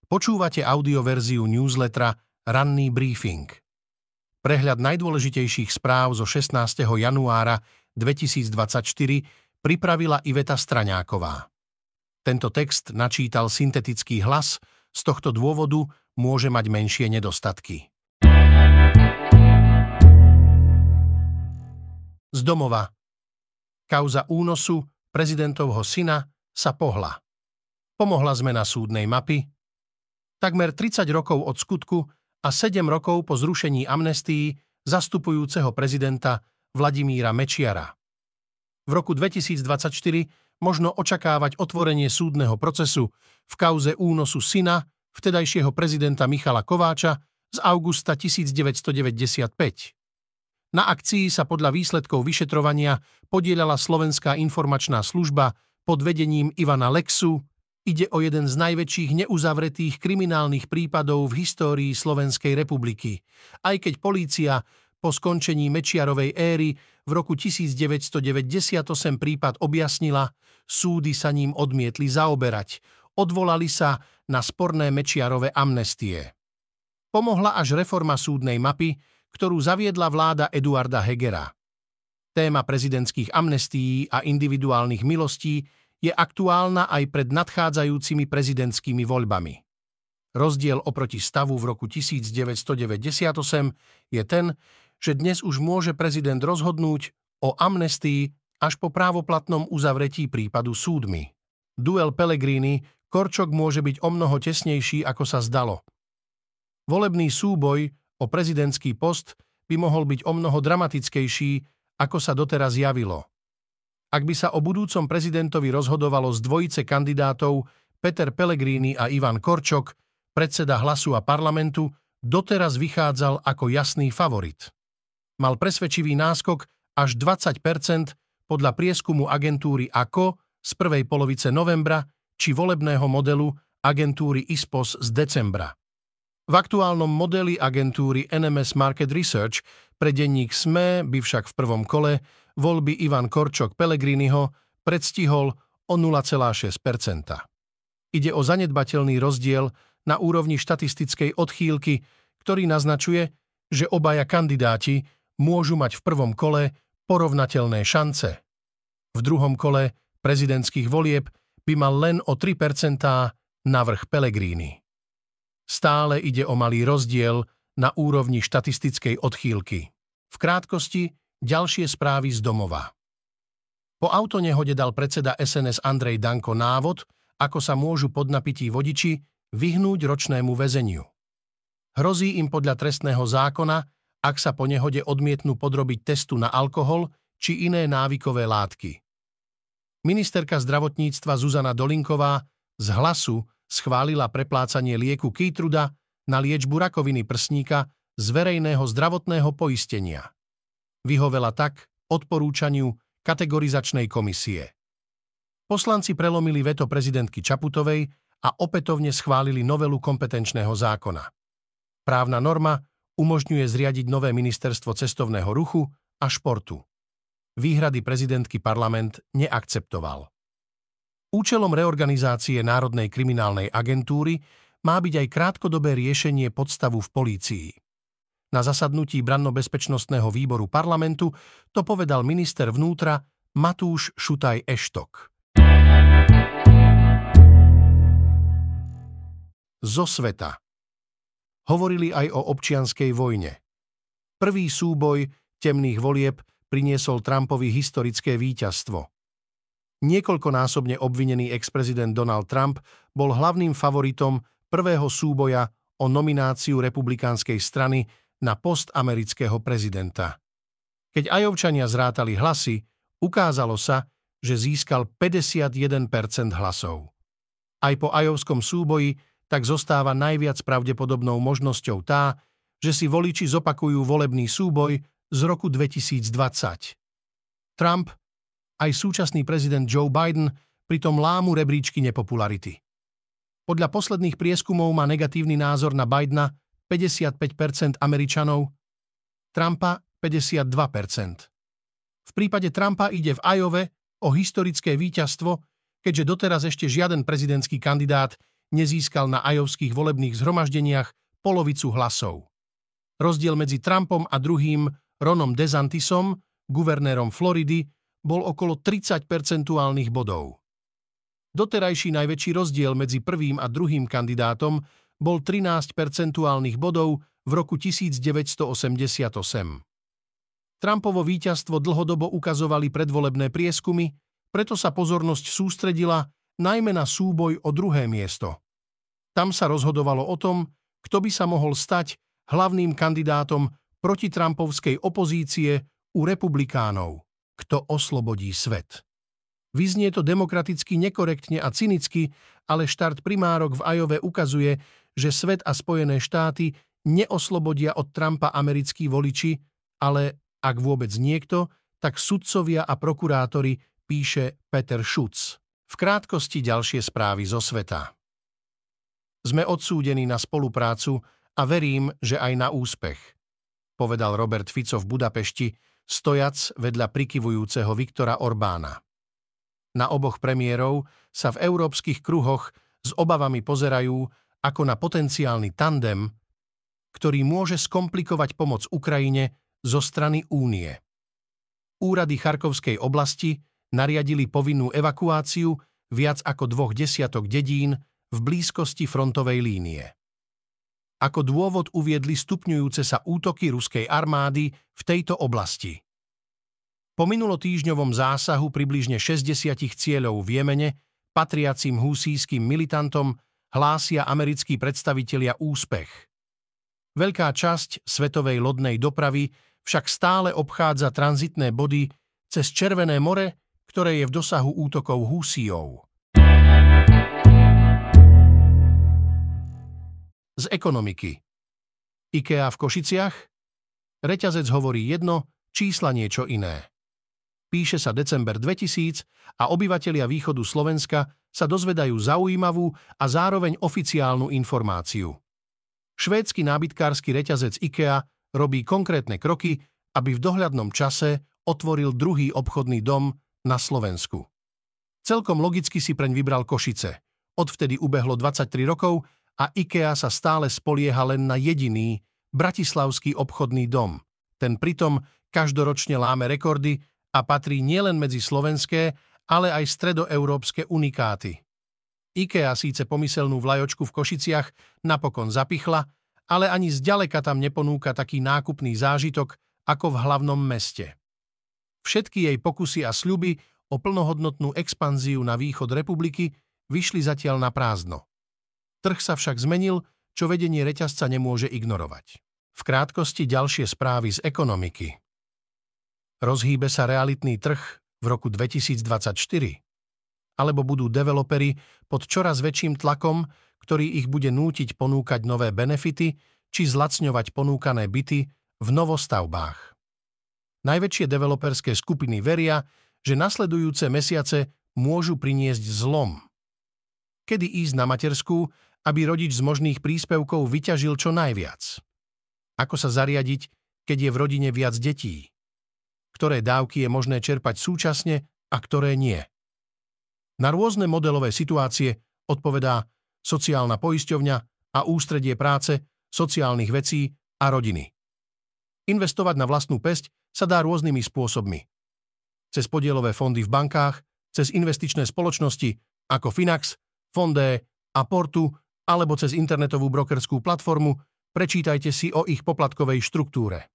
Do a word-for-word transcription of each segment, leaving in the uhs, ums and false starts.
Počúvate audioverziu newslettera Ranný briefing. Prehľad najdôležitejších správ zo šestnásteho januára dvetisícdvadsaťštyri pripravila Iveta Straňáková. Tento text načítal syntetický hlas, z tohto dôvodu môže mať menšie nedostatky. Z domova. Kauza únosu prezidentovho syna sa pohla. Pomohla zmena súdnej mapy. Takmer tridsať rokov od skutku a sedem rokov po zrušení amnestii zastupujúceho prezidenta Vladimíra Mečiara. V roku dvetisícdvadsaťštyri možno očakávať otvorenie súdneho procesu v kauze únosu syna vtedajšieho prezidenta Michala Kováča z augusta devätnásťstodeväťdesiatpäť. Na akcii sa podľa výsledkov vyšetrovania podieľala Slovenská informačná služba pod vedením Ivana Lexu. Ide o jeden z najväčších neuzavretých kriminálnych prípadov v histórii Slovenskej republiky. Aj keď polícia po skončení Mečiarovej éry v roku devätnásťstodeväťdesiatosem prípad objasnila, súdy sa ním odmietli zaoberať. Odvolali sa na sporné Mečiarove amnestie. Pomohla až reforma súdnej mapy, ktorú zaviedla vláda Eduarda Hegera. Téma prezidentských amnestií a individuálnych milostí je aktuálna aj pred nadchádzajúcimi prezidentskými voľbami. Rozdiel oproti stavu v roku devätnásťstodeväťdesiatosem je ten, že dnes už môže prezident rozhodnúť o amnestii až po právoplatnom uzavretí prípadu súdmi. Duel Pellegrini-Korčok môže byť omnoho tesnejší, ako sa zdalo. Volebný súboj o prezidentský post by mohol byť omnoho dramatickejší, ako sa doteraz javilo. Ak by sa o budúcom prezidentovi rozhodovalo z dvojice kandidátov Peter Pellegrini a Ivan Korčok, predseda Hlasu a parlamentu doteraz vychádzal ako jasný favorit. Mal presvedčivý náskok až dvadsať percent podľa prieskumu agentúry á ká ó z prvej polovice novembra či volebného modelu agentúry í es pé ó es z decembra. V aktuálnom modeli agentúry en em es Market Research pre denník es em e by však v prvom kole voľby Ivan Korčok Pellegriniho predstihol o nula celá šesť percenta. Ide o zanedbateľný rozdiel na úrovni štatistickej odchýlky, ktorý naznačuje, že obaja kandidáti môžu mať v prvom kole porovnateľné šance. V druhom kole prezidentských volieb by mal len o tri percentá navrch Pellegrini. Stále ide o malý rozdiel na úrovni štatistickej odchýlky. V krátkosti ďalšie správy z domova. Po autonehode dal predseda es en es Andrej Danko návod, ako sa môžu podnapití vodiči vyhnúť ročnému väzeniu. Hrozí im podľa trestného zákona, ak sa po nehode odmietnú podrobiť testu na alkohol či iné návykové látky. Ministerka zdravotníctva Zuzana Dolinková z Hlasu schválila preplácanie lieku Keytruda na liečbu rakoviny prsníka z verejného zdravotného poistenia. Vyhovela tak odporúčaniu kategorizačnej komisie. Poslanci prelomili veto prezidentky Čaputovej a opätovne schválili novelu kompetenčného zákona. Právna norma umožňuje zriadiť nové ministerstvo cestovného ruchu a športu. Výhrady prezidentky parlament neakceptoval. Účelom reorganizácie Národnej kriminálnej agentúry má byť aj krátkodobé riešenie podstavu v polícii. Na zasadnutí branno-bezpečnostného výboru parlamentu to povedal minister vnútra Matúš Šutaj Eštok. Zo sveta. Hovorili aj o občianskej vojne. Prvý súboj temných volieb priniesol Trumpovi historické víťazstvo. Niekoľkonásobne obvinený ex-prezident Donald Trump bol hlavným favoritom prvého súboja o nomináciu republikánskej strany na post amerického prezidenta. Keď Ajovčania zrátali hlasy, ukázalo sa, že získal päťdesiatjeden percent hlasov. Aj po ajovskom súboji tak zostáva najviac pravdepodobnou možnosťou tá, že si voliči zopakujú volebný súboj z roku dvetisícdvadsať. Trump aj súčasný prezident Joe Biden pritom lámu rebríčky nepopularity. Podľa posledných prieskumov má negatívny názor na Bidena päťdesiatpäť percent Američanov, Trumpa päťdesiatdva percent. V prípade Trumpa ide v Ajove o historické víťazstvo, keďže doteraz ešte žiaden prezidentský kandidát nezískal na ajovských volebných zhromaždeniach polovicu hlasov. Rozdiel medzi Trumpom a druhým Ronom DeSantisom, guvernérom Floridy, bol okolo tridsať percentuálnych bodov. Doterajší najväčší rozdiel medzi prvým a druhým kandidátom bol trinásť percentuálnych bodov v roku devätnásťstoosemdesiatosem. Trumpovo víťazstvo dlhodobo ukazovali predvolebné prieskumy, preto sa pozornosť sústredila najmä na súboj o druhé miesto. Tam sa rozhodovalo o tom, kto by sa mohol stať hlavným kandidátom proti Trumpovskej opozície u republikánov. Kto oslobodí svet. Vyznie to demokraticky nekorektne a cynicky, ale štart primárok v Ajove ukazuje, že svet a Spojené štáty neoslobodia od Trumpa americkí voliči, ale ak vôbec niekto, tak sudcovia a prokurátori, píše Peter Schutz. V krátkosti ďalšie správy zo sveta. Sme odsúdení na spoluprácu a verím, že aj na úspech, povedal Robert Fico v Budapešti, stojac vedľa prikyvujúceho Viktora Orbána. Na oboch premiérov sa v európskych kruhoch s obavami pozerajú ako na potenciálny tandem, ktorý môže skomplikovať pomoc Ukrajine zo strany Únie. Úrady Charkovskej oblasti nariadili povinnú evakuáciu viac ako dvoch desiatok dedín v blízkosti frontovej línie. Ako dôvod uviedli stupňujúce sa útoky ruskej armády v tejto oblasti. Po minulotýždňovom zásahu približne šesťdesiat cieľov v Jemene, patriacim husískym militantom, hlásia americkí predstavitelia úspech. Veľká časť svetovej lodnej dopravy však stále obchádza tranzitné body cez Červené more, ktoré je v dosahu útokov Húsijov. Z ekonomiky. IKEA v Košiciach? Reťazec hovorí jedno, čísla niečo iné. Píše sa december dvetisíc a obyvatelia východu Slovenska sa dozvedajú zaujímavú a zároveň oficiálnu informáciu. Švédsky nábytkársky reťazec IKEA robí konkrétne kroky, aby v dohľadnom čase otvoril druhý obchodný dom na Slovensku. Celkom logicky si preň vybral Košice. Odvtedy ubehlo dvadsaťtri rokov a IKEA sa stále spolieha len na jediný bratislavský obchodný dom. Ten pritom každoročne láme rekordy a patrí nielen medzi slovenské, ale aj stredoeurópske unikáty. IKEA síce pomyselnú vlajočku v Košiciach napokon zapichla, ale ani zďaleka tam neponúka taký nákupný zážitok ako v hlavnom meste. Všetky jej pokusy a sľuby o plnohodnotnú expanziu na východ republiky vyšli zatiaľ na prázdno. Trh sa však zmenil, čo vedenie reťazca nemôže ignorovať. V krátkosti ďalšie správy z ekonomiky. Rozhýbe sa realitný trh v roku dvetisícdvadsaťštyri? Alebo budú developeri pod čoraz väčším tlakom, ktorý ich bude nútiť ponúkať nové benefity či zlacňovať ponúkané byty v novostavbách? Najväčšie developerské skupiny veria, že nasledujúce mesiace môžu priniesť zlom. Kedy ísť na materskú, aby rodič z možných príspevkov vyťažil čo najviac? Ako sa zariadiť, keď je v rodine viac detí? Ktoré dávky je možné čerpať súčasne a ktoré nie? Na rôzne modelové situácie odpovedá sociálna poisťovňa a ústredie práce, sociálnych vecí a rodiny. Investovať na vlastnú päsť sa dá rôznymi spôsobmi. Cez podielové fondy v bankách, cez investičné spoločnosti ako Finax, Fondé a Portu, alebo cez internetovú brokerskú platformu, prečítajte si o ich poplatkovej štruktúre.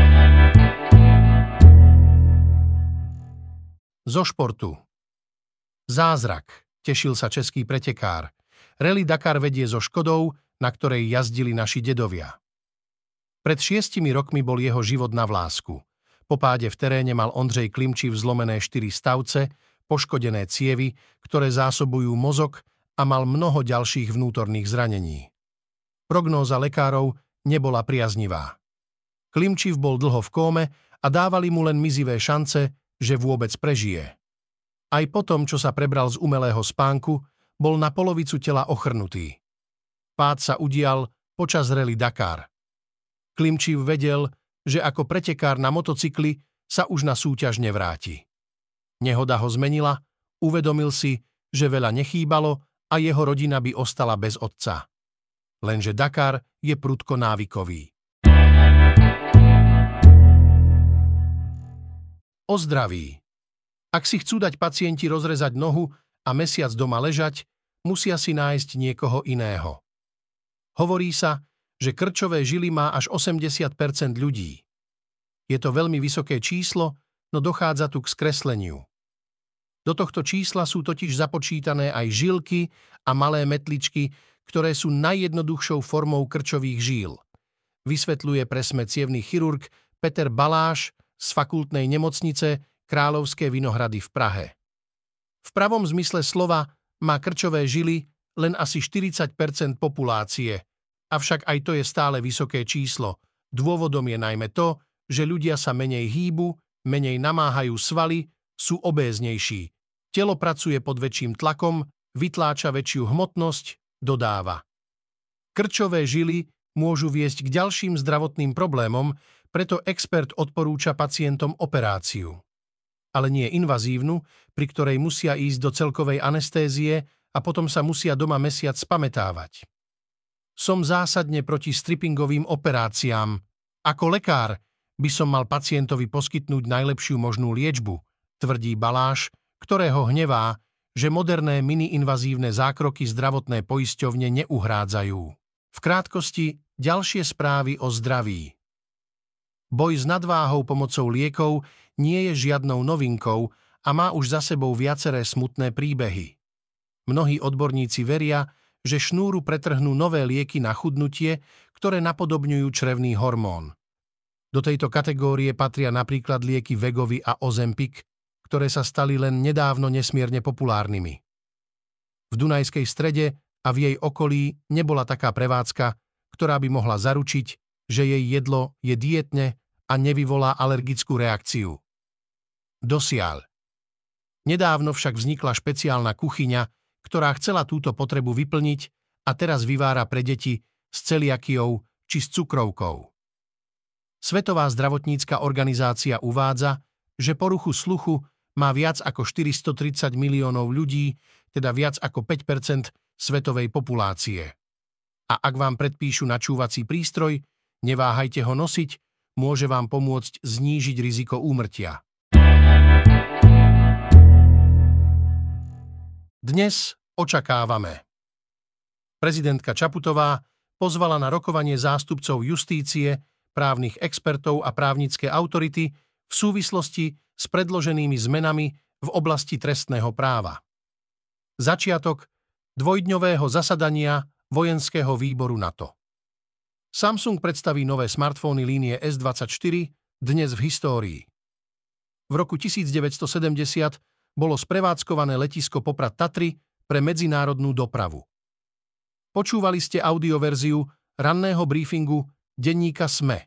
Zo športu. Zázrak, tešil sa český pretekár. Rally Dakar vedie so Škodou, na ktorej jazdili naši dedovia. Pred šiestimi rokmi bol jeho život na vlásku. Po páde v teréne mal Ondřej Klimčiv zlomené štyri stavce, poškodené cievy, ktoré zásobujú mozog, a mal mnoho ďalších vnútorných zranení. Prognóza lekárov nebola priaznivá. Klimčiv bol dlho v kóme a dávali mu len mizivé šance, že vôbec prežije. Aj potom, čo sa prebral z umelého spánku, bol na polovicu tela ochrnutý. Pád sa udial počas rally Dakar. Klimčiv vedel, že ako pretekár na motocykli sa už na súťaž nevráti. Nehoda ho zmenila, uvedomil si, že veľa nechýbalo a jeho rodina by ostala bez otca. Lenže Dakar je prudko návykový. O zdraví. Ak si chcú dať pacienti rozrezať nohu a mesiac doma ležať, musia si nájsť niekoho iného. Hovorí sa, že krčové žily má až osemdesiat percent ľudí. Je to veľmi vysoké číslo, no dochádza tu k skresleniu. Do tohto čísla sú totiž započítané aj žilky a malé metličky, ktoré sú najjednoduchšou formou krčových žíl. Vysvetľuje presme cievny chirurg Peter Baláš z fakultnej nemocnice Kráľovské Vinohrady v Prahe. V pravom zmysle slova má krčové žily len asi štyridsať percent populácie, avšak aj to je stále vysoké číslo. Dôvodom je najmä to, že ľudia sa menej hýbu, menej namáhajú svaly, sú obéznejší. Telo pracuje pod väčším tlakom, vytláča väčšiu hmotnosť, dodáva. Krčové žily môžu viesť k ďalším zdravotným problémom, preto expert odporúča pacientom operáciu. Ale nie invazívnu, pri ktorej musia ísť do celkovej anestézie a potom sa musia doma mesiac spamätávať. Som zásadne proti strippingovým operáciám. Ako lekár by som mal pacientovi poskytnúť najlepšiu možnú liečbu, tvrdí Baláš, ktorého hnevá, že moderné mini-invazívne zákroky zdravotné poisťovne neuhrádzajú. V krátkosti ďalšie správy o zdraví. Boj s nadváhou pomocou liekov nie je žiadnou novinkou a má už za sebou viaceré smutné príbehy. Mnohí odborníci veria, že šnúru pretrhnú nové lieky na chudnutie, ktoré napodobňujú črevný hormón. Do tejto kategórie patria napríklad lieky Wegovy a Ozempic, ktoré sa stali len nedávno nesmierne populárnymi. V Dunajskej Strede a v jej okolí nebola taká prevádzka, ktorá by mohla zaručiť, že jej jedlo je dietne a nevyvolá alergickú reakciu. Dosiaľ. Nedávno však vznikla špeciálna kuchyňa, ktorá chcela túto potrebu vyplniť a teraz vyvára pre deti s celiakiou či s cukrovkou. Svetová zdravotnícka organizácia uvádza, že poruchu sluchu má viac ako štyristotridsať miliónov ľudí, teda viac ako päť percent svetovej populácie. A ak vám predpíšu načúvací prístroj, neváhajte ho nosiť, môže vám pomôcť znížiť riziko úmrtia. Dnes očakávame. Prezidentka Čaputová pozvala na rokovanie zástupcov justície, právnych expertov a právnické autority v súvislosti s predloženými zmenami v oblasti trestného práva. Začiatok dvojdňového zasadania vojenského výboru NATO. Samsung predstaví nové smartfóny línie es dvadsaťštyri dnes v histórii. V roku devätnásťstosedemdesiat bolo sprevádzkované letisko Poprad-Tatry pre medzinárodnú dopravu. Počúvali ste audioverziu ranného briefingu denníka SME.